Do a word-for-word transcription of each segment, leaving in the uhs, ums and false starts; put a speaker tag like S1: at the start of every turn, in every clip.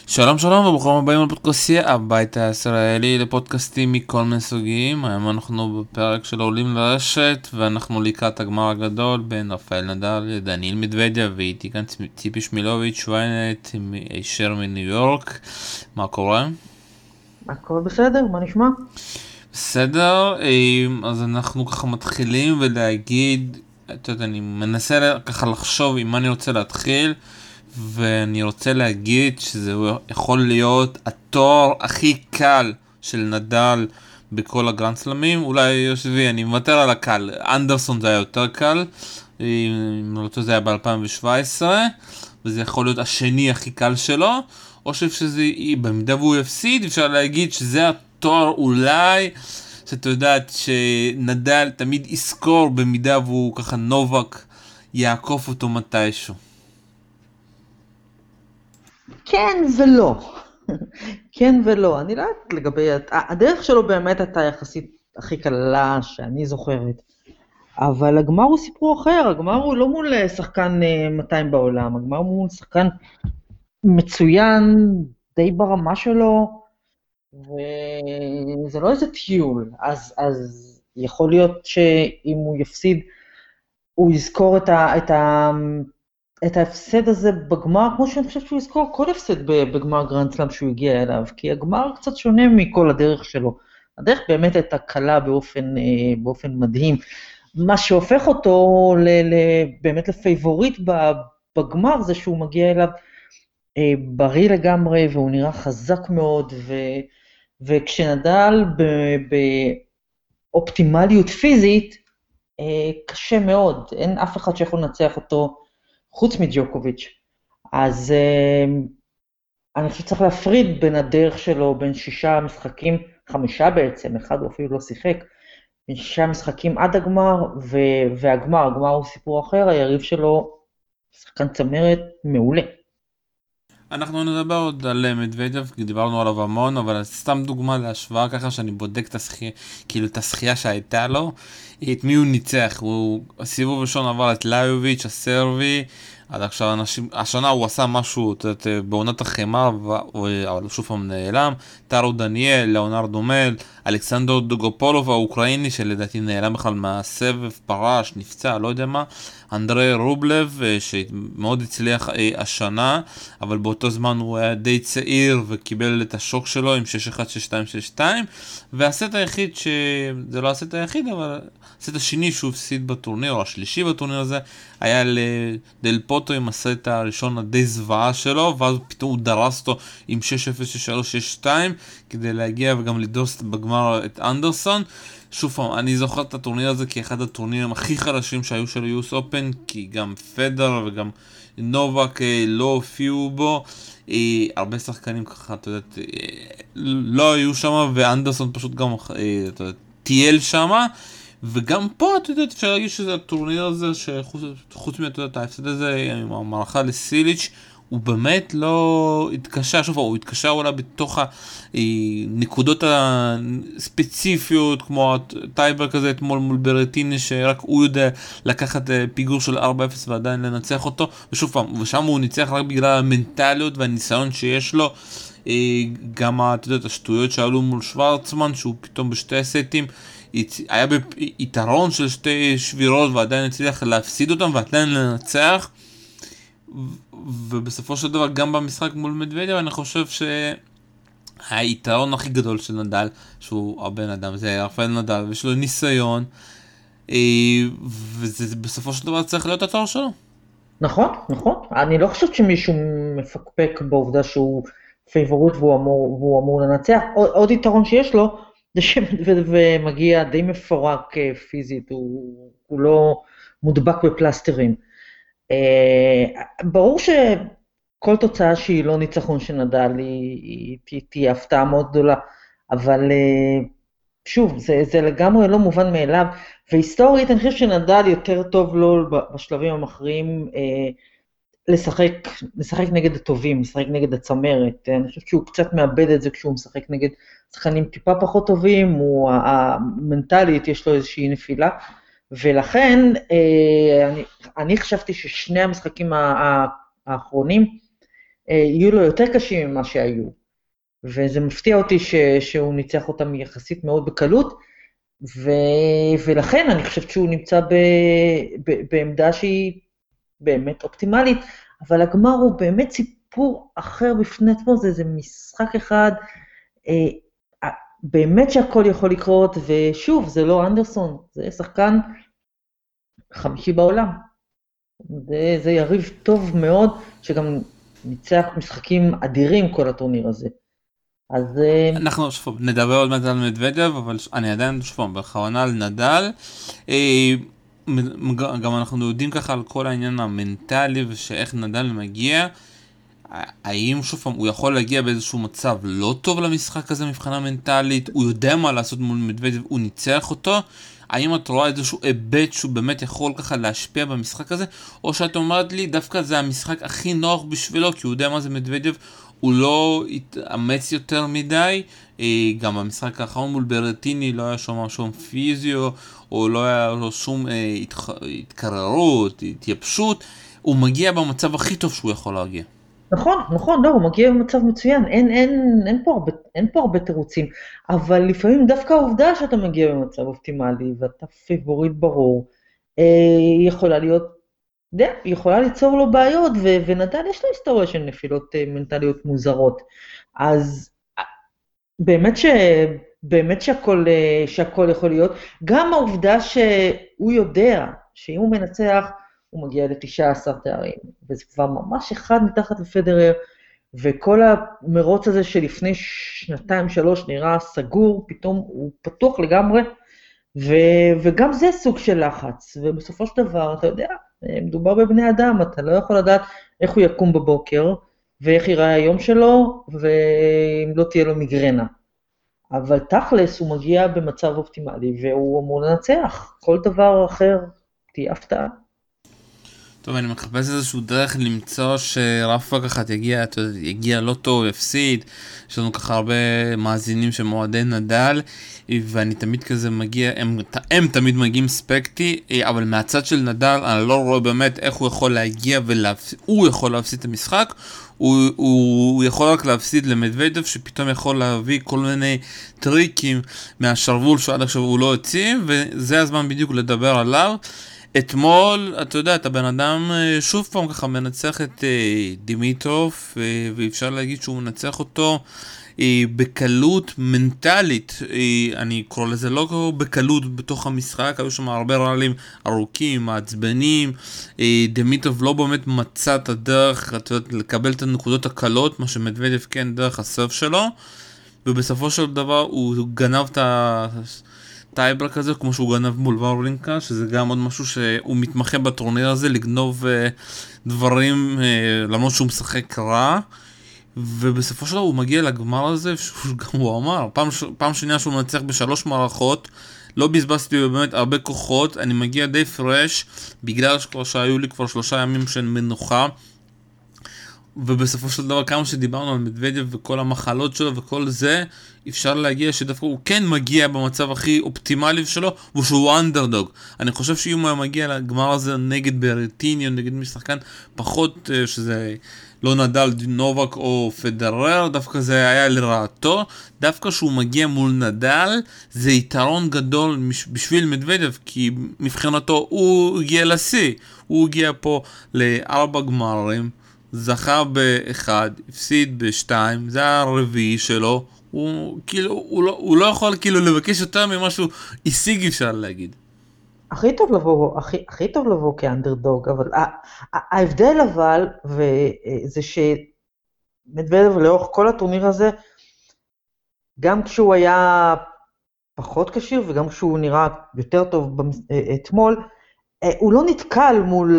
S1: שלום שלום וברוכים הבאים לפודקאסטייה, הבית הישראלי לפודקאסטים מכל מיני סוגים. היום אנחנו בפרק של עולים לרשת ואנחנו לקראת הגמר הגדול בין רפאל נדל לדניאל מדוודיה, ואיתי כאן ציפי שמילוביץ' ויינט הישר מניו יורק. מה קורה?
S2: הכל בסדר, מה נשמע?
S1: בסדר, אז אנחנו ככה מתחילים ולהגיד, אתה יודע, אני מנסה ככה לחשוב עם מה אני רוצה להתחיל, ואני רוצה להגיד שזה יכול להיות התואר הכי קל של נדל בכל הגרנד סלמים. אולי יושבי, אני מוותר על הקל, אנדרסון זה היה יותר קל, אם לא רוצה זה היה ב-אלפיים שבע עשרה, וזה יכול להיות השני הכי קל שלו, או שזה, במידה והוא יפסיד, אפשר להגיד שזה התואר אולי, שאתה יודעת שנדל תמיד יזכור במידה והוא ככה נובק יעקוף אותו מתישהו.
S2: כן ולא. כן ולא. אני לא יודעת לגבי... הדרך שלו באמת הייתה יחסית הכי קלה שאני זוכרת. אבל הגמר הוא סיפור אחר, הגמר הוא לא מול שחקן מאתיים בעולם, הגמר הוא מול שחקן מצוין, די ברמה שלו, וזה לא איזה טיול. אז, אז יכול להיות שאם הוא יפסיד, הוא יזכור את ה... את ה את ההפסד הזה בגמר, כמו שאני חושב שהוא יזכור כל הפסד בגמר גרנד סלאם שהוא הגיע אליו, כי הגמר קצת שונה מכל הדרך שלו. הדרך באמת הייתה קלה באופן, באופן מדהים. מה שהופך אותו ל, ל, באמת לפייבוריט בגמר זה שהוא מגיע אליו בריא לגמרי, והוא נראה חזק מאוד, ו, וכשנדל באופטימליות פיזית, קשה מאוד, אין אף אחד שיכול לנצח אותו, חוץ מג'וקוביץ'. אז אני חושב שצריך להפריד בין הדרך שלו, בין שישה משחקים, חמישה בעצם, אחד הוא אפילו לא שיחק, בין שישה משחקים עד הגמר, והגמר, הגמר הוא סיפור אחר, היריב שלו שחקן צמרת מעולה.
S1: אנחנו נדבר עוד על מדוודייב, כי דיברנו עליו המון, אבל סתם דוגמה להשוואה ככה שאני בודק את השחייה, כאילו את השחייה שהייתה לו, את מי הוא ניצח. הוא הסיבוב ראשון עבר את ליוביץ' הסרבי, עד עכשיו אנשים, השנה הוא עשה משהו תת, בעונת החמה, אבל הוא שוב פעם נעלם. טארו דניאל, לאונרדו מל, אלכסנדר דוגופולוב האוקראיני שלדעתי נעלם בכלל מהסבב, פרש, נפצע, לא יודע מה, אנדרי רובלב שמאוד הצליח השנה, אבל באותו זמן הוא היה די צעיר וקיבל את השוק שלו עם שש אחת שש שתיים שש שתיים, והסט היחיד, שזה לא הסט היחיד, אבל הסט השני שהוא הפסיד בטורניר, או השלישי בטורניר הזה, היה לדל פוטו עם הסט הראשון הדי זוועה שלו, ואז פתאום הוא דרס אותו עם שש אפס שש שלוש שש שתיים כדי להגיע וגם לדוס בגמר את אנדרסון. שוב פעם, אני זוכר את הטורניר הזה כאחד הטורנירים הכי חלשים שהיו של יו אס אופן, כי גם פדר וגם נובק לא הופיעו בו, אה, הרבה שחקנים ככה, אתה יודעת, אה, לא היו שם, ואנדרסון פשוט גם אה, אתה יודע, טייל שם, וגם פה, אתה יודעת, אפשר להגיד שזה הטורניר הזה, שחוץ מאתה יודעת, ההפסד הזה, עם המערכה לסיליץ', הוא באמת לא התקשה, שוב, הוא התקשה אולי בתוך הנקודות הספציפיות, כמו הטייבר כזה אתמול מול ברטיני, שרק הוא יודע לקחת פיגור של ארבע אפס ועדיין לנצח אותו, ושוב פעם, ושם הוא ניצח רק בגלל המנטליות והניסיון שיש לו, גם אתה יודעת, השטויות שעלו מול שוורצמן, שהוא פתאום בשתי הסטים, היה ביתרון של שתי שבירות ועדיין הצליח להפסיד אותם ועדיין לנצח, ובסופו של דבר גם במשחק מול מדוודייב אני חושב שהיתרון הכי גדול של נדל, שהוא הבן אדם, זה רפאל נדל, ויש לו ניסיון, וזה בסופו של דבר צריך להיות התואר שלו.
S2: נכון, נכון. אני לא חושבת שמישהו מפקפק בעובדה שהוא פייבוריט והוא אמור, והוא אמור לנצח. עוד, עוד יתרון שיש לו, זה שמגיע די מפורק פיזית, הוא, הוא לא מודבק בפלסטרים. ברור שכל תוצאה שהיא לא ניצחון של נדל, היא, היא תהיה הפתעה מאוד גדולה, אבל שוב, זה, זה לגמרי לא מובן מאליו, והיסטורית אני חושב שנדל יותר טוב לו בשלבים המכריעים לשחק, לשחק נגד הטובים, לשחק נגד הצמרת. אני חושב שהוא קצת מאבד את זה כשהוא משחק נגד שחקנים טיפה פחות טובים, הוא המנטלית יש לו איזושהי נפילה, ולכן אני, אני חשבתי ששני המשחקים האחרונים יהיו לו יותר קשים ממה שהיו. וזה מפתיע אותי ש, שהוא ניצח אותם יחסית מאוד בקלות, ו, ולכן אני חושבת שהוא נמצא ב, ב, בעמדה שהיא באמת אופטימלית, אבל הגמר הוא באמת סיפור אחר בפני עצמו, זה, זה משחק אחד, אה, באמת שהכל יכול לקרות, ושוב, זה לא אנדרסון, זה שחקן חמישי בעולם. זה, זה יריב טוב מאוד, שגם ניצח משחקים אדירים כל הטורניר הזה. אז
S1: אנחנו שוב נדבר עוד מעט על מדוודב, אבל אני עדיין שוב באחרונה על נדל. גם אנחנו יודעים ככה על כל העניין המנטלי ושאיך נדל מגיע. האם שוב הוא יכול להגיע באיזשהו מצב לא טוב למשחק הזה מבחינה מנטלית, הוא יודע מה לעשות מול מדוודב, הוא ניצח אותו. האם את רואה איזשהו היבט שהוא באמת יכול ככה להשפיע במשחק הזה, או שאת אומרת לי דווקא זה המשחק הכי נוח בשבילו, כי הוא יודע מה זה מדוודב, הוא לא התאמץ יותר מדי, גם במשחק האחרון מול ברטיני לא היה שום שום פיזיו, או לא היה לו שום התקררות, התייבשות, הוא מגיע במצב הכי טוב שהוא יכול להגיע.
S2: נכון, נכון, לא, הוא מגיע במצב מצוין, אין, אין, אין פה הרבה, אין פה הרבה תירוצים, אבל לפעמים דווקא העובדה שאתה מגיע במצב אופטימלי, ואתה פיבוריט ברור, אה, יכולה להיות, די, יכולה ליצור לו בעיות, ו, ונדל יש לו היסטוריה של נפילות אה, מנטליות מוזרות, אז באמת, ש, באמת שהכל, אה, שהכל יכול להיות, גם העובדה שהוא יודע שאם הוא מנצח, הוא מגיע ל-תשעה עשר תארים, וזה כבר ממש אחד מתחת לפדרר, וכל המרוץ הזה שלפני שנתיים שלוש נראה סגור, פתאום הוא פתוח לגמרי, ו- וגם זה סוג של לחץ, ובסופו של דבר, אתה יודע, מדובר בבני אדם, אתה לא יכול לדעת איך הוא יקום בבוקר, ואיך ייראה היום שלו, ואם לא תהיה לו מיגרנה. אבל תכלס הוא מגיע במצב אופטימלי, והוא אמור לנצח, כל דבר אחר תהיה הפתעה.
S1: טוב, אני מחפש איזשהו דרך למצוא שרפה ככה יגיע, יגיע לא טוב, הפסיד. יש לנו ככה הרבה מאזינים שמועדי נדל, ואני תמיד כזה מגיע, הם, הם תמיד מגיעים ספקטי, אבל מהצד של נדל אני לא רואה באמת איך הוא יכול להגיע ולהפסיד, הוא יכול להפסיד את המשחק, הוא, הוא, הוא יכול רק להפסיד למדוודב, שפתאום יכול להביא כל מיני טריקים מהשרוול שעד עכשיו הוא לא הוציא, וזה הזמן בדיוק לדבר עליו. אתמול, אתה יודע, אתה בן אדם שוב פעם ככה מנצח את דימיטרוב, ואפשר להגיד שהוא מנצח אותו בקלות מנטלית, אני קורא לזה לא בקלות בתוך המשחק, היו שם הרבה רעלים ארוכים, מעצבנים, דימיטרוב לא באמת מצא את הדרך, אתה יודע, לקבל את הנקודות הקלות, מה שמדוודב כן דרך הסרף שלו, ובסופו של דבר הוא גנב את ה... טייבר כזה, כמו שהוא גנב מול וורלינקה, שזה גם עוד משהו שהוא מתמחה בטורניר הזה, לגנוב uh, דברים, uh, למרות שהוא משחק רע, ובסופו של דבר הוא מגיע לגמר הזה, שגם הוא אמר, פעם, פעם שנייה שהוא מנצח בשלוש מערכות, לא בזבזתי באמת הרבה כוחות, אני מגיע די פרש, בגלל שכבר שהיו לי כבר שלושה ימים של מנוחה, ובסופו של דבר כמה שדיברנו על מדוודב וכל המחלות שלו וכל זה, אפשר להגיע שדווקא הוא כן מגיע במצב הכי אופטימלי שלו, ושהוא אנדרדוג. אני חושב שאם הוא מגיע לגמר הזה נגד ברטיני או נגד משחקן פחות, שזה לא נדל, נובק או פדרר, דווקא זה היה לרעתו. דווקא שהוא מגיע מול נדל זה יתרון גדול בשביל מדוודב, כי מבחינתו הוא הגיע לשיא, הוא הגיע פה לארבע גמרים, זכה באחד, הפסיד בשתיים, זה הרביעי שלו, הוא כאילו, הוא לא, הוא לא יכול כאילו לבקש יותר ממה שהוא השיג, אפשר להגיד.
S2: הכי טוב לבוא, הכי, הכי טוב לבוא כאנדרדוג, אבל ההבדל אבל, זה שמדוודב לאורך כל הטורניר הזה, גם כשהוא היה פחות קשיר, וגם כשהוא נראה יותר טוב אתמול, הוא לא נתקל מול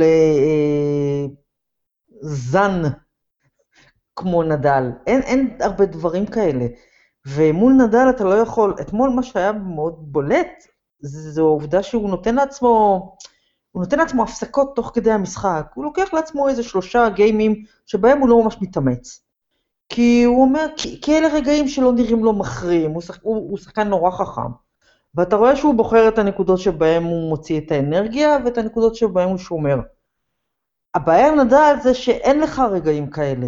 S2: זן כמו נדל, אין, אין הרבה דברים כאלה, ומול נדל אתה לא יכול, אתמול מה שהיה מאוד בולט, זו העובדה שהוא נותן לעצמו, הוא נותן לעצמו הפסקות תוך כדי המשחק, הוא לוקח לעצמו איזה שלושה גיימים, שבהם הוא לא ממש מתאמץ, כי הוא אומר, כי, כי אלה רגעים שלא נראים לו מכריעים, הוא, שח, הוא, הוא שחקן נורא חכם, ואתה רואה שהוא בוחר את הנקודות שבהם הוא מוציא את האנרגיה, ואת הנקודות שבהם הוא שומר. הבעיה נדל זה שאין לך רגעים כאלה.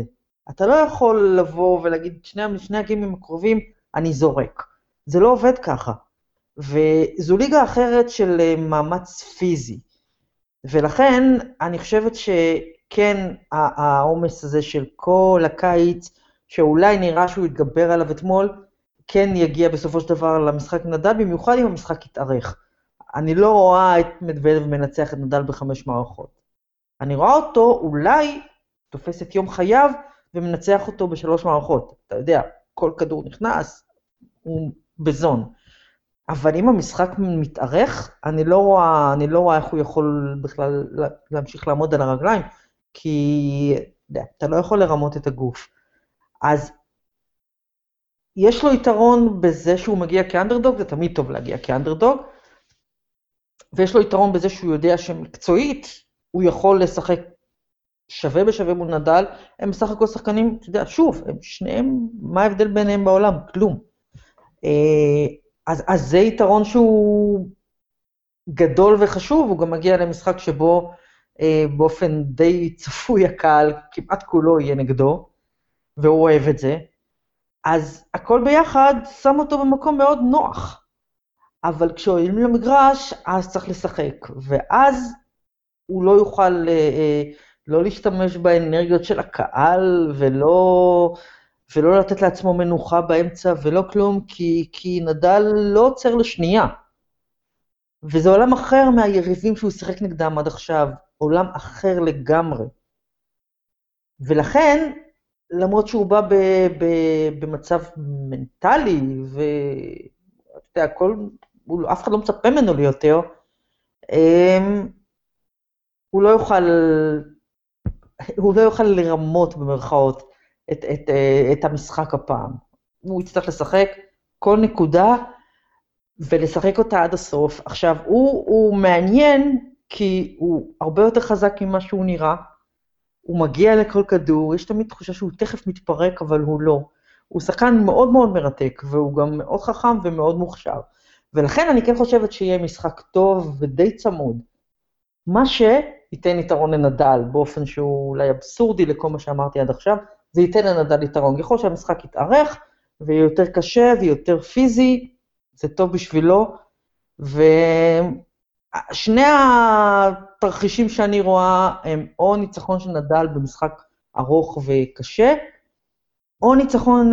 S2: אתה לא יכול לבוא ולהגיד, שני, שני הגיימים הקרובים, אני זורק. זה לא עובד ככה. וזו ליגה אחרת של מאמץ פיזי. ולכן אני חושבת שכן, העומס הזה של כל הקיץ, שאולי נראה שהוא יתגבר עליו אתמול, כן יגיע בסופו של דבר למשחק נדל, במיוחד אם המשחק יתארך. אני לא רואה את מדוודב מנצח את נדל בחמש מערכות. אני רואה אותו אולי תופס את יום חייו ומנצח אותו בשלוש מערכות. אתה יודע, כל כדור נכנס, הוא בזון. אבל אם המשחק מתארך, אני לא רואה, אני לא רואה איך הוא יכול בכלל להמשיך לעמוד על הרגליים, כי אתה לא יכול לרמות את הגוף. אז יש לו יתרון בזה שהוא מגיע כאנדרדוג, זה תמיד טוב להגיע כאנדרדוג, ויש לו יתרון בזה שהוא יודע שמקצועית, הוא יכול לשחק שווה בשווה מול נדל, הם בסך הכל שחקנים, אתה יודע, שוב, הם שניהם, מה ההבדל ביניהם בעולם? כלום. אז, אז זה יתרון שהוא גדול וחשוב, הוא גם מגיע למשחק שבו באופן די צפוי הקהל, כמעט כולו יהיה נגדו, והוא אוהב את זה, אז הכל ביחד שם אותו במקום מאוד נוח. אבל כשעולים למגרש, אז צריך לשחק, ואז הוא לא יוכל לא להשתמש באנרגיות של הקהל, ולא, ולא לתת לעצמו מנוחה באמצע, ולא כלום, כי, כי נדל לא עוצר לשנייה. וזה עולם אחר מהיריבים שהוא שיחק נגדם עד עכשיו, עולם אחר לגמרי. ולכן, למרות שהוא בא ב, ב, במצב מנטלי, ואתה יודע, הכל, אף אחד לא מצפה ממנו ליותר, הוא לא יוכל, הוא לא יוכל לרמות במרכאות את, את, את המשחק הפעם. הוא יצטרך לשחק כל נקודה, ולשחק אותה עד הסוף. עכשיו, הוא, הוא מעניין, כי הוא הרבה יותר חזק ממה שהוא נראה, הוא מגיע לכל כדור, יש תמיד תחושה שהוא תכף מתפרק, אבל הוא לא. הוא שחקן מאוד מאוד מרתק, והוא גם מאוד חכם ומאוד מוכשר. ולכן אני כן חושבת שיהיה משחק טוב ודי צמוד. מה שייתן יתרון לנדל, באופן שהוא אולי אבסורדי לכל מה שאמרתי עד עכשיו, זה ייתן לנדל יתרון. ככל שהמשחק יתארך, ויהיה יותר קשה ויותר פיזי, זה טוב בשבילו, ושני התרחישים שאני רואה הם או ניצחון של נדל במשחק ארוך וקשה, או ניצחון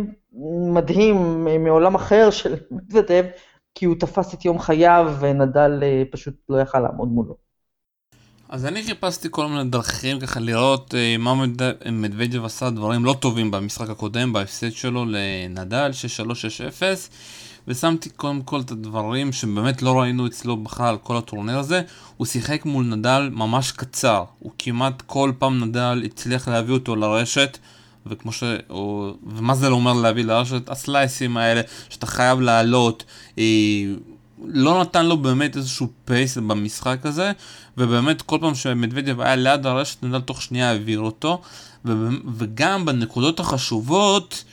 S2: מדהים מעולם אחר של מדוודב, כי הוא תפס את יום חייו ונדל פשוט לא יכל לעמוד מולו.
S1: אז אני חיפשתי כל מיני דרכים ככה לראות מה מדוודב עשה דברים לא טובים במשחק הקודם, בהפסד שלו לנדל שש שלוש שש אפס, ושמתי קודם כל את הדברים שבאמת לא ראינו אצלו בכלל כל הטורניר הזה. הוא שיחק מול נדל ממש קצר, הוא כמעט כל פעם נדל הצליח להביא אותו לרשת, וכמו ש... או... ומה זה לא אומר להביא לרשת? הסלייסים האלה שאתה חייב לעלות, היא... לא נתן לו באמת איזשהו פייס במשחק הזה, ובאמת כל פעם שמדוודב היה ליד הרשת, נדל תוך שנייה העביר אותו, ו... וגם בנקודות החשובות,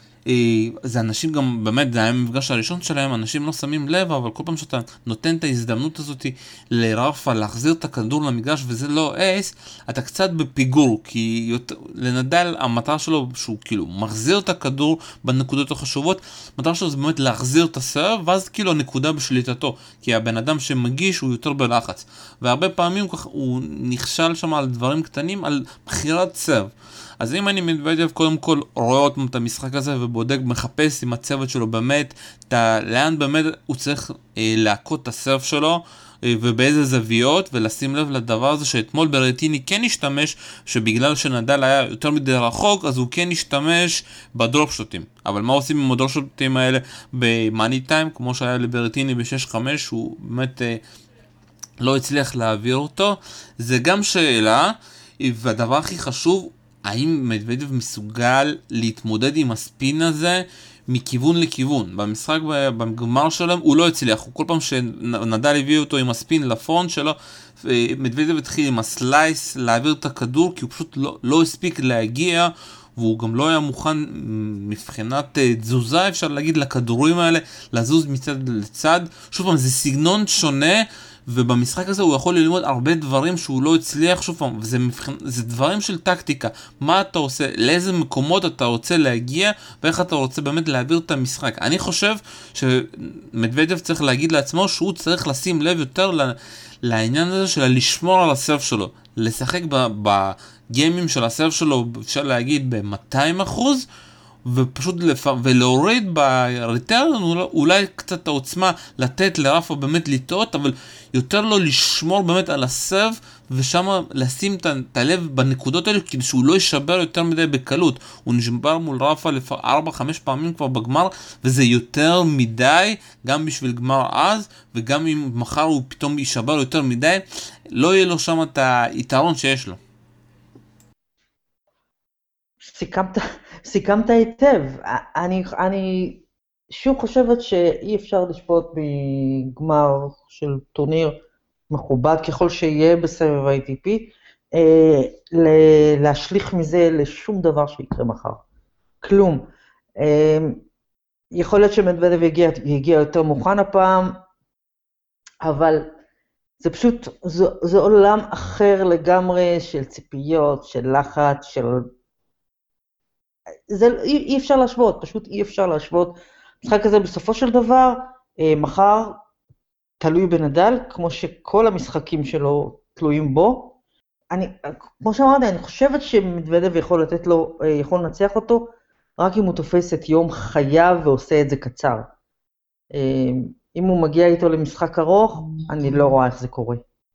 S1: זה אנשים גם, באמת, זה היה המפגש הראשון שלהם, אנשים לא שמים לב, אבל כל פעם שאתה נותן את ההזדמנות הזאת לרפה, להחזיר את הכדור למגרש, וזה לא אייס, אתה קצת בפיגור, כי יותר, לנדל, המטרה שלו, שהוא כאילו מחזיר את הכדור בנקודות החשובות, המטרה שלו זה באמת להחזיר את הסרב, ואז כאילו הנקודה בשליטתו, כי הבן אדם שמגיש הוא יותר בלחץ, והרבה פעמים הוא נכשל שם על דברים קטנים, על בחירת סרב. אז אם אני מדוודב קודם כל רואה אותם את המשחק הזה ובודק, מחפש עם הצוות שלו באמת, לאן באמת הוא צריך אה, להכות את הסרף שלו, אה, ובאיזה זוויות, ולשים לב לדבר הזה שאתמול ברטיני כן השתמש, שבגלל שנדל היה יותר מדי רחוק, אז הוא כן השתמש בדרופ שוטים. אבל מה עושים עם הדרופ שוטים האלה במאני טיים, כמו שהיה לברטיני ב-שש חמש, הוא באמת אה, לא הצליח להעביר אותו. זה גם שאלה, והדבר הכי חשוב, האם מדוודב מסוגל להתמודד עם הספין הזה מכיוון לכיוון? במשחק בגמר שלהם הוא לא הצליח, הוא כל פעם שנדל הביא אותו עם הספין לפרונט שלו, מדוודב התחיל עם הסלייס להעביר את הכדור, כי הוא פשוט לא, לא הספיק להגיע, והוא גם לא היה מוכן מבחינת תזוזה, אפשר להגיד, לכדורים האלה, לזוז מצד לצד. שוב פעם, זה סגנון שונה, ובמשחק הזה הוא יכול ללמוד הרבה דברים שהוא לא הצליח שוב פעם, וזה מבחן, זה דברים של טקטיקה, מה אתה עושה, לאיזה מקומות אתה רוצה להגיע, ואיך אתה רוצה באמת להעביר את המשחק. אני חושב שמדוודב צריך להגיד לעצמו שהוא צריך לשים לב יותר לעניין הזה של לשמור על הסרף שלו, לשחק בגיימים של הסרף שלו, אפשר להגיד ב-מאתיים אחוז, ופשוט לפ... ולהוריד בריטרן אולי קצת העוצמה לתת לרפה באמת לטעות, אבל יותר לא לשמור באמת על הסרף, ושם לשים את הלב בנקודות האלה כדי שהוא לא יישבר יותר מדי בקלות. הוא נשבר מול רפה ארבע חמש פעמים כבר בגמר, וזה יותר מדי גם בשביל גמר אז, וגם אם מחר הוא פתאום יישבר יותר מדי, לא יהיה לו שם את היתרון שיש לו.
S2: סיכמת, סיכמת היטב. אני, אני שוב חושבת שאי אפשר לשפוט בגמר של טורניר מכובד ככל שיהיה בסבב ה-איי טי פי, אה, להשליך מזה לשום דבר שיקרה מחר. כלום. אה, יכול להיות שמדוודב יגיע, יגיע יותר מוכן הפעם, אבל זה פשוט, זה, זה עולם אחר לגמרי של ציפיות, של לחץ, של... זה, אי, אי אפשר להשוות, פשוט אי אפשר להשוות. משחק הזה בסופו של דבר, אה, מחר תלוי בנדל, כמו שכל המשחקים שלו תלויים בו. אני, כמו שאמרתי, אני חושבת שמדוודב יכול לתת לו, אה, יכול לנצח אותו, רק אם הוא תופס את יום חייו ועושה את זה קצר. אה, אם הוא מגיע איתו למשחק ארוך, אני לא רואה איך זה קורה.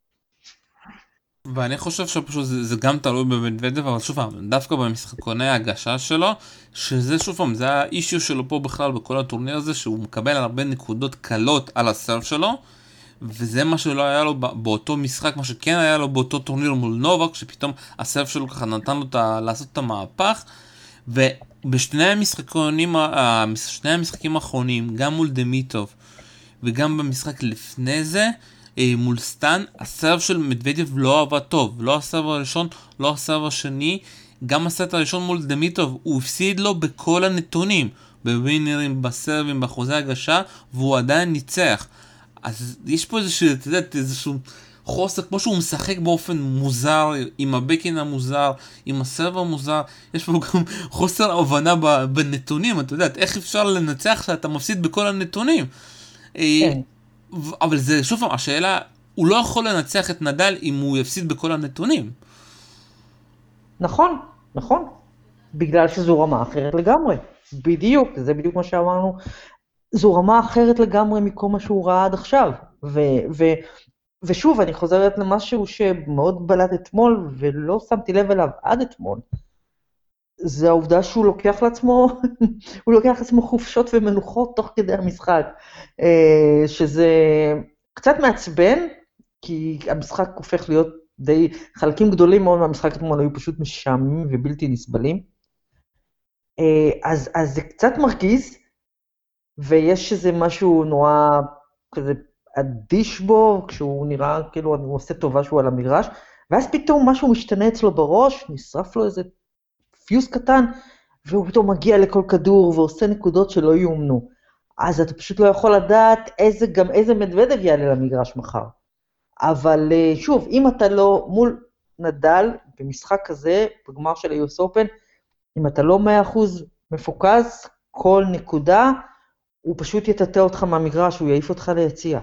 S1: ואני חושב שפשוט זה, זה גם תלוי במדוודב, אבל שוב פעם, דווקא במשחקוני ההגשה שלו, שזה שוב פעם, זה האישיו שלו פה בכלל בכל הטורניר הזה, שהוא מקבל הרבה נקודות קלות על הסרף שלו, וזה מה שלא היה לו באותו משחק, מה שכן היה לו באותו טורניר מול נובק, שפתאום הסרף שלו ככה נתן לו ת, לעשות את המהפך, ובשני המשחקים, שני המשחקים האחרונים, גם מול דמיטוב, וגם במשחק לפני זה, מול סטן, הסרב של מדוודב לא עבד טוב, לא הסרב הראשון, לא הסרב השני, גם הסרב הראשון מול דמיטוב, הוא הפסיד לו בכל הנתונים, בווינרים, בסרבים, באחוזי הגשה, והוא עדיין ניצח. אז יש פה איזשהו, אתה יודע, איזשהו חוסר, כמו שהוא משחק באופן מוזר, עם הבקין המוזר, עם הסרב המוזר, יש פה גם חוסר הבנה בנתונים, אתה יודע, איך אפשר לנצח שאתה מפסיד בכל הנתונים. כן. אבל זה, שוב פעם, השאלה, הוא לא יכול לנצח את נדל אם הוא יפסיד בכל הנתונים.
S2: נכון, נכון. בגלל שזו רמה אחרת לגמרי. בדיוק, זה בדיוק מה שאמרנו. זו רמה אחרת לגמרי מכל מה שהוא ראה עד עכשיו. ו, ו, ושוב, אני חוזרת למשהו שמאוד בלט אתמול, ולא שמתי לב אליו עד אתמול. זה העובדה שהוא לוקח לעצמו, הוא לוקח לעצמו חופשות ומנוחות תוך כדי המשחק, שזה קצת מעצבן, כי המשחק הופך להיות די, חלקים גדולים מאוד מהמשחק אתמול היו פשוט משעממים ובלתי נסבלים, אז, אז זה קצת מרגיז, ויש איזה משהו נורא כזה אדיש בו, כשהוא נראה כאילו הוא עושה טובה שהוא על המגרש, ואז פתאום משהו משתנה אצלו בראש, נשרף לו איזה פיוס קטן, והוא פתאום מגיע לכל כדור, ועושה נקודות שלא יאומנו. אז אתה פשוט לא יכול לדעת איזה, גם איזה מדוודב יעלה למגרש מחר. אבל שוב, אם אתה לא מול נדל, במשחק כזה, בגמר של ה-יו אס Open, אם אתה לא מאה אחוז מפוקס, כל נקודה, הוא פשוט יטטה אותך מהמגרש, הוא יעיף אותך ליציאה.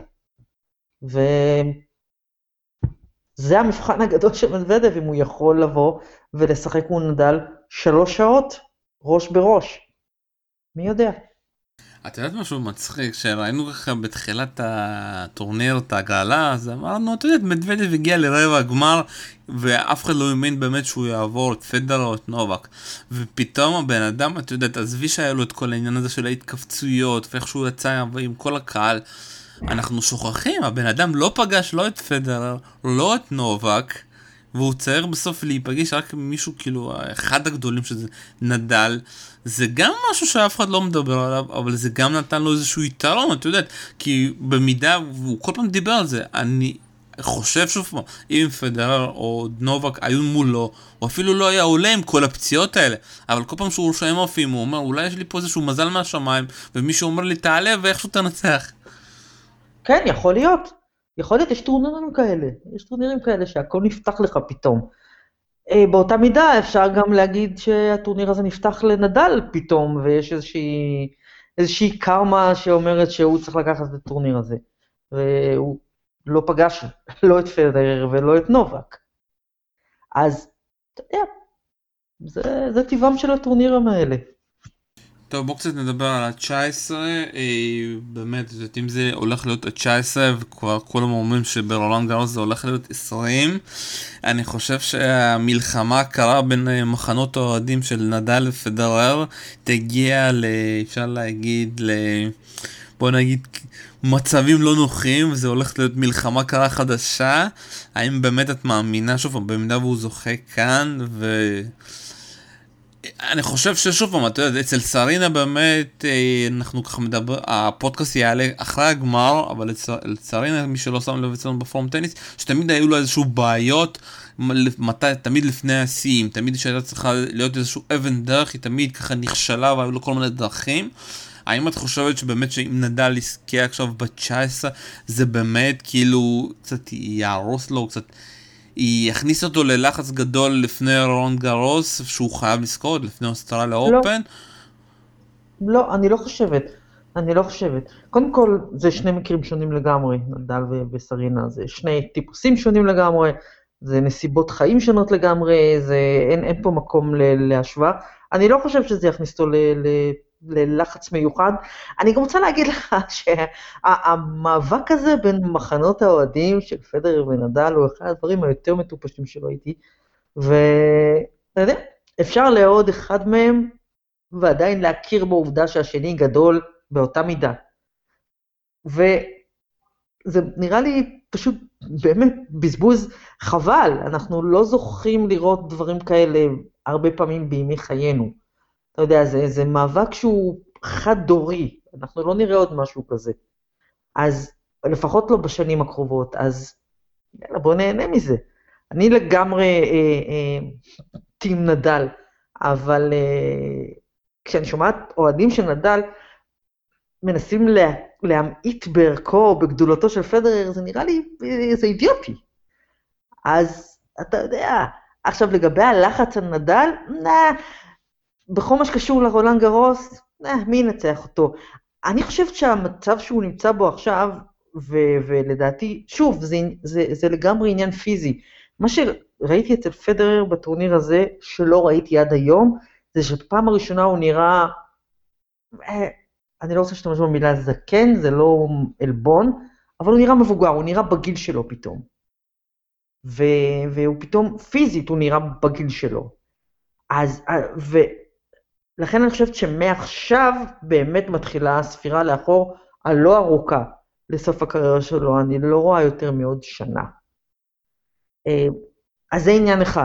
S2: וזה המבחן הגדול של מדוודב, אם הוא יכול לבוא ולשחק מול נדל שלוש שעות, ראש בראש. מי יודע?
S1: את יודעת משהו מצחיק, שראינו ככה בתחילת הטורניר, את הגרלה, אז אמרנו, את יודעת, מדוודב הגיע לרבע הגמר, ואף אחד לא האמין באמת שהוא יעבור את פדרר או את נובק. ופתאום הבן אדם, את יודעת, עזבי שהיה לו את כל העניין הזה של ההתכווצויות, ואיך שהוא יצא עם כל הקהל, אנחנו שוכחים, הבן אדם לא פגש לא את פדרר, לא את נובק, והוא צריך בסוף להיפגש רק מישהו, כאילו, אחד הגדולים שזה נדל, זה גם משהו שאף אחד לא מדבר עליו, אבל זה גם נתן לו איזשהו יתרון, את יודעת, כי במידה, והוא כל פעם דיבר על זה, אני חושב שוב פעם, אם פדרר או נובק היו מולו, הוא אפילו לא היה עולה עם כל הפציעות האלה, אבל כל פעם שהוא שהם אופים, הוא אומר, אולי יש לי פה איזשהו מזל מהשמיים, ומישהו אומר לי, תעלה ואיכשהו תנצח.
S2: כן, יכול להיות. יכול להיות, יש טורנירים כאלה, יש טורנירים כאלה שהכל נפתח לך פתאום. אה, באותה מידה אפשר גם להגיד שהטורניר הזה נפתח לנדל פתאום, ויש איזושהי, איזושהי קרמה שאומרת שהוא צריך לקחת את הטורניר הזה. והוא לא פגש לא את פדרר ולא את נובק. אז, אתה יודע, זה, זה טבעם של הטורנירים האלה.
S1: טוב, בואו קצת נדבר על ה-תשע עשרה, אה, באמת, אם זה הולך להיות ה-תשע עשרה, וכבר כולם אומרים שברולנד גארוס זה הולך להיות עשרים, אני חושב שהמלחמה הקרה בין אה, מחנות האוהדים של נדל ופדרר, תגיע ל... אפשר להגיד, ל... בוא נגיד, מצבים לא נוחים, וזה הולך להיות מלחמה קרה חדשה. האם באמת את מאמינה, שוב, במידה והוא זוכה כאן, ו... אני חושב ששוב פעם, אתה יודע, אצל סרינה באמת, אנחנו ככה מדבר, הפודקאסט יעלה אחרי הגמר, אבל אצל סרינה, מי שלא שם לב אצלנו בפורום טניס, שתמיד היו לו איזשהו בעיות, מתי, תמיד לפני השיאים, תמיד שהייתה צריכה להיות איזשהו אבן דרך, היא תמיד ככה נכשלה והיו לו כל מיני דרכים. האם את חושבת שבאמת שאם נדל יזכה עכשיו ב-תשע עשרה, זה באמת כאילו קצת יהרוס לו, קצת... יכניס אותו ללחץ גדול לפני רולנד גארוס, שהוא חייב לזכור, לפני אוסטרליה אופן?
S2: לא, אני לא חושבת. אני לא חושבת. קודם כל, זה שני מקרים שונים לגמרי, נדל וסרינה. זה שני טיפוסים שונים לגמרי, זה נסיבות חיים שונות לגמרי, זה, אין, אין פה מקום ל, להשוואה. אני לא חושב שזה יכניס אותו ל, ל, ללחץ מיוחד. אני גם רוצה להגיד לך שהמאבק הזה בין מחנות האוהדים של פדרר ונדל הוא אחד הדברים היותר מטופשים שלא הייתי, ואתה יודע, אפשר לעוד אחד מהם ועדיין להכיר בעובדה שהשני גדול באותה מידה. וזה נראה לי פשוט באמת בזבוז חבל, אנחנו לא זוכים לראות דברים כאלה הרבה פעמים בימי חיינו. אתה יודע, זה, זה מאבק שהוא חד דורי, אנחנו לא נראה עוד משהו כזה. אז לפחות לא בשנים הקרובות, אז יאללה, בוא נהנה מזה. אני לגמרי אה, אה, טים נדל, אבל אה, כשאני שומעת אוהדים של נדל, מנסים לה, להמעיט בערכו, בגדולתו של פדרר, זה נראה לי, זה אידיוטי. אז אתה יודע, עכשיו לגבי הלחץ על נדל, נה, בכל מה שקשור לרולנד גארוס, נה, מי ינצח אותו? אני חושבת שהמצב שהוא נמצא בו עכשיו, ו- ולדעתי, שוב, זה, זה, זה לגמרי עניין פיזי. מה שראיתי אצל פדרר בטורניר הזה, שלא ראיתי עד היום, זה שפעם הראשונה הוא נראה, אני לא רוצה להשתמש במילה זקן, זה לא אלבון, אבל הוא נראה מבוגר, הוא נראה בגיל שלו פתאום. ו- והוא פתאום, פיזית הוא נראה בגיל שלו. אז, ולכן אני חושבת שמעכשיו באמת מתחילה הספירה לאחור, הלא ארוכה, לסוף הקריירה שלו, אני לא רואה יותר מעוד שנה. אז זה עניין אחד.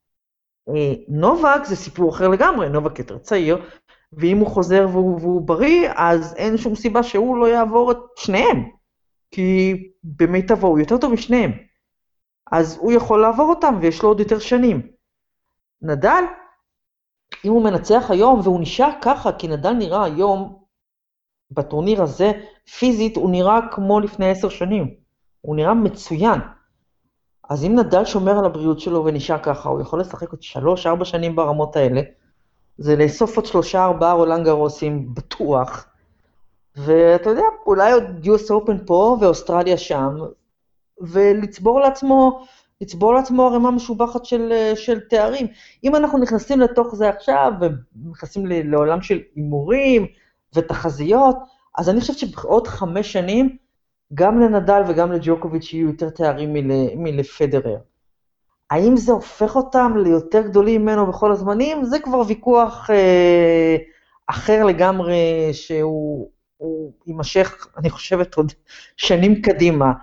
S2: נובק זה סיפור אחר לגמרי, נובק יותר צעיר, ואם הוא חוזר והוא, והוא בריא, אז אין שום סיבה שהוא לא יעבור את שניהם, כי במיטבו הוא יותר טוב משניהם. אז הוא יכול לעבור אותם, ויש לו עוד יותר שנים. נדל, אם הוא מנצח היום, והוא נשאר ככה, כי נדל נראה היום, בטורניר הזה, פיזית, הוא נראה כמו לפני עשר שנים. הוא נראה מצוין. אז אם נדל שומר על הבריאות שלו ונשאר ככה, הוא יכול לשחק עוד שלוש, ארבע שנים ברמות האלה, זה לאסוף עוד שלושה, ארבעה רולנד גארוסים בטוח, ואתה יודע, אולי עוד יו אס Open פה ואוסטרליה שם, ולצבור לעצמו, לצבור לעצמו הרמה משובחת של, של תארים. אם אנחנו נכנסים לתוך זה עכשיו, ונכנסים לעולם של אימורים ותחזיות, אז אני חושבת שבעוד חמש שנים, גם לנדל וגם לג'וקוביץ' יהיו יותר תארים מל, מלפדרר. האם זה הופך אותם ליותר גדולים ממנו בכל הזמנים? זה כבר ויכוח אה, אחר לגמרי, שהוא יימשך, אני חושבת, עוד שנים קדימה,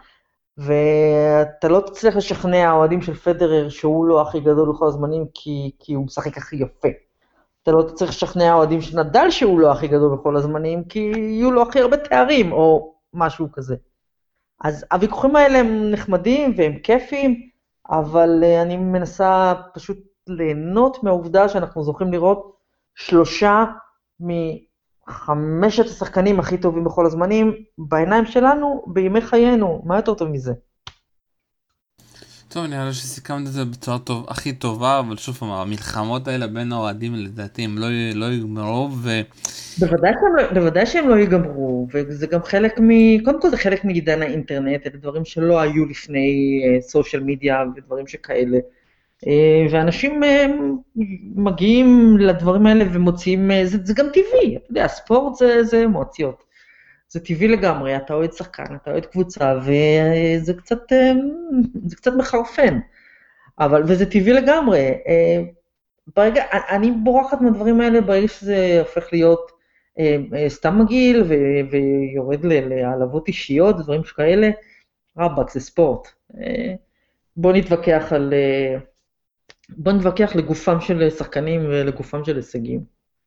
S2: ואתה לא תצליח לשכנע האוהדים של פדרר שהוא לא הכי גדול בכל הזמנים, כי, כי הוא משחק הכי יפה. אתה לא תצליח לשכנע האוהדים של נדל שהוא לא הכי גדול בכל הזמנים, כי יהיו לו הכי הרבה תארים, או משהו כזה. אז הוויכוחים האלה הם נחמדים והם כיפים, אבל אני מנסה פשוט ליהנות מהעובדה שאנחנו זוכים לראות שלושה חמשת השחקנים הכי טובים בכל הזמנים, בעיניים שלנו, בימי חיינו, מה יותר טוב מזה?
S1: טוב, נראה לי שסיכמת את זה בצורה טוב, הכי טובה, אבל שוב פעם, המלחמות האלה בין האוהדים לדעתי הם לא, לא יגמרו, ו...
S2: בוודאי שהם, לא- בוודאי שהם לא ייגמרו, וזה גם חלק מ... קודם כל זה חלק מעידן האינטרנט, אלה דברים שלא היו לפני סושיאל מדיה ודברים שכאלה. אה, ואנשים אה, מגיעים לדברים האלה ומוציאים, אה, זה, זה גם טבעי, אתה יודע, ספורט זה, זה אמוציות. זה טבעי לגמרי, אתה אוהד שחקן, אתה אוהד קבוצה, וזה קצת, אה, זה קצת מחרפן. אבל, וזה טבעי לגמרי. אה, ברגע, אני בורחת מהדברים האלה, ברגע שזה הופך להיות אה, אה, סתם מגעיל, ו- ויורד ל- להעלבות אישיות, דברים שכאלה, רבאק, זה ספורט. אה, בוא נתווכח על, אה, בוא נתווכח לגופם של שחקנים ולגופם של הישגים.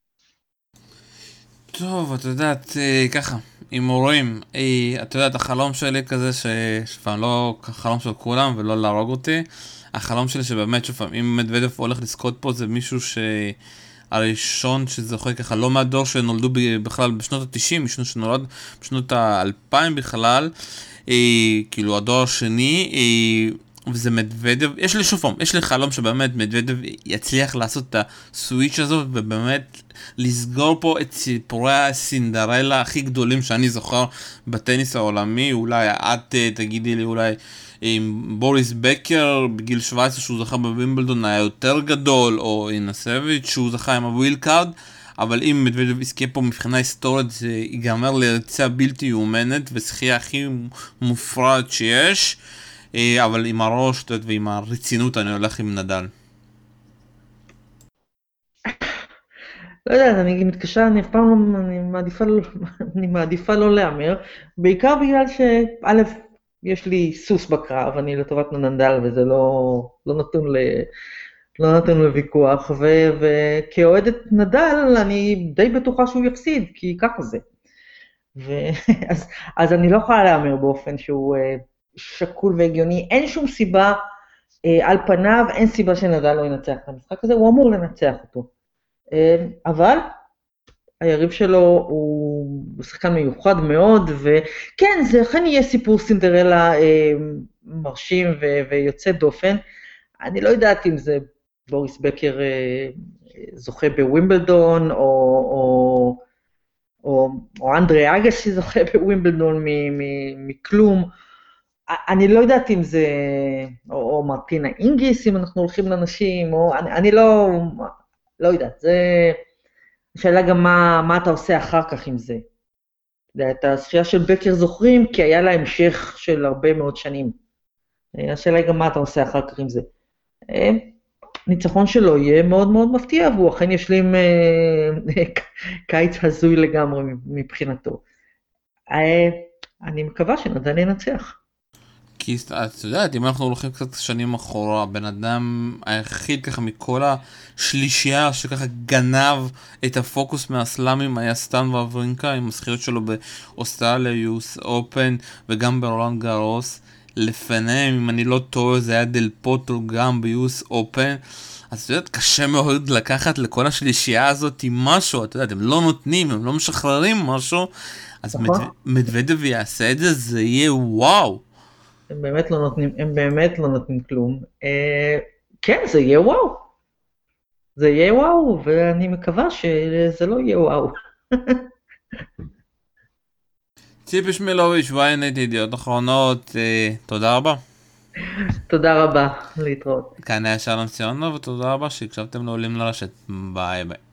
S1: טוב, את יודעת, אה, ככה, הימורים, אה, את יודעת, החלום שלי כזה, ש- שפעם לא חלום של כולם ולא להרוג אותי, החלום שלי שבאמת, שפעם, אם מדוודף הולך לזכות פה, זה מישהו שהראשון שזוכה ככה, לא מהדור שנולדו ב- בכלל בשנות ה-תשעים, מישהו שנולד בשנות ה-אלפיים בכלל, אה, כאילו הדור השני, אה, וזה מדוודף, יש לי שוב פעם, יש לי חלום שבאמת מדוודף יצליח לעשות את הסוויץ' הזאת, ובאמת לסגור פה את סיפורי הסינדרלה הכי גדולים שאני זוכר בטניס העולמי. אולי את אה, תגידי לי אולי עם בוריס בקר בגיל שבע עשרה שהוא זכה בווימבלדון היה יותר גדול, או אינסביץ' שהוא זכה עם הוויל קארד, אבל אם מדוודף יזכה פה מבחינה היסטורית זה ייגמר לריצה בלתי יאומנת ושחייה הכי מופרעת שיש, אה, אבל עם הראש ועם הרצינות אני הולך עם נדל.
S2: לא יודעת, אני מתקשה, אני אף פעם לא, אני מעדיפה לא, אני מעדיפה לא להמר, בעיקר בגלל שא', יש לי סוס בקרב, אני לטובת נדל, וזה לא, לא נתון ל... לא נתון לוויכוח, ו- וכאוהדת נדל, אני די בטוחה שהוא יפסיד, כי ככה זה. ו- אז, אז אני לא יכולה להמר באופן שהוא אה, שקול והגיוני, אין שום סיבה, אה, על פניו, אין סיבה שנדל לא ינצח את המשחק הזה, הוא אמור לנצח אותו. אה, אבל היריב שלו הוא שחקן מיוחד מאוד, וכן, זה אכן יהיה סיפור סינדרלה אה, מרשים ו- ויוצא דופן. אני לא יודעת אם זה בוריס בקר אה, זוכה בווימבלדון, או, או, או, או אנדרי אגסי זוכה בווימבלדון מ- מ- מכלום. אני לא יודעת אם זה, או, או מרטינה אינגיס, אם אנחנו הולכים לנשים, או, אני, אני לא, לא יודעת, זה... השאלה גם מה, מה אתה עושה אחר כך עם זה. את הזכייה של בקר זוכרים, כי היה לה המשך של הרבה מאוד שנים. השאלה היא גם מה אתה עושה אחר כך עם זה. ניצחון שלו יהיה מאוד מאוד מפתיע, והוא אכן ישלים קיץ הזוי לגמרי מבחינתו. אני מקווה שנדל ינצח.
S1: כי את יודעת, אם אנחנו הולכים קצת שנים אחורה, הבן אדם היחיד ככה מכל השלישייה שככה גנב את הפוקוס מהסלאמים היה סטן וברינקה עם הזכיות שלו באוסטרליה, יוס אופן וגם ברולנד גארוס. לפניהם, אם אני לא טועה, זה היה דל פוטו גם ביוס אופן. אז את יודעת, קשה מאוד לקחת לכל השלישייה הזאת משהו, את יודעת, הם לא נותנים, הם לא משחררים משהו, אז מדוודב יעשה את זה, זה יהיה וואו.
S2: הם באמת לא נותנים, הם באמת לא נותנים כלום. אה, כן, זה יהיה וואו. זה יהיה וואו, ואני מקווה שזה לא יהיה וואו.
S1: ציפי שמילוביץ', ויינט, ידיעות אחרונות, אה, תודה רבה.
S2: תודה רבה, להתראות.
S1: כאן היה שלום ציונו, ותודה רבה שהקשבתם לעולים לרשת. ביי ביי.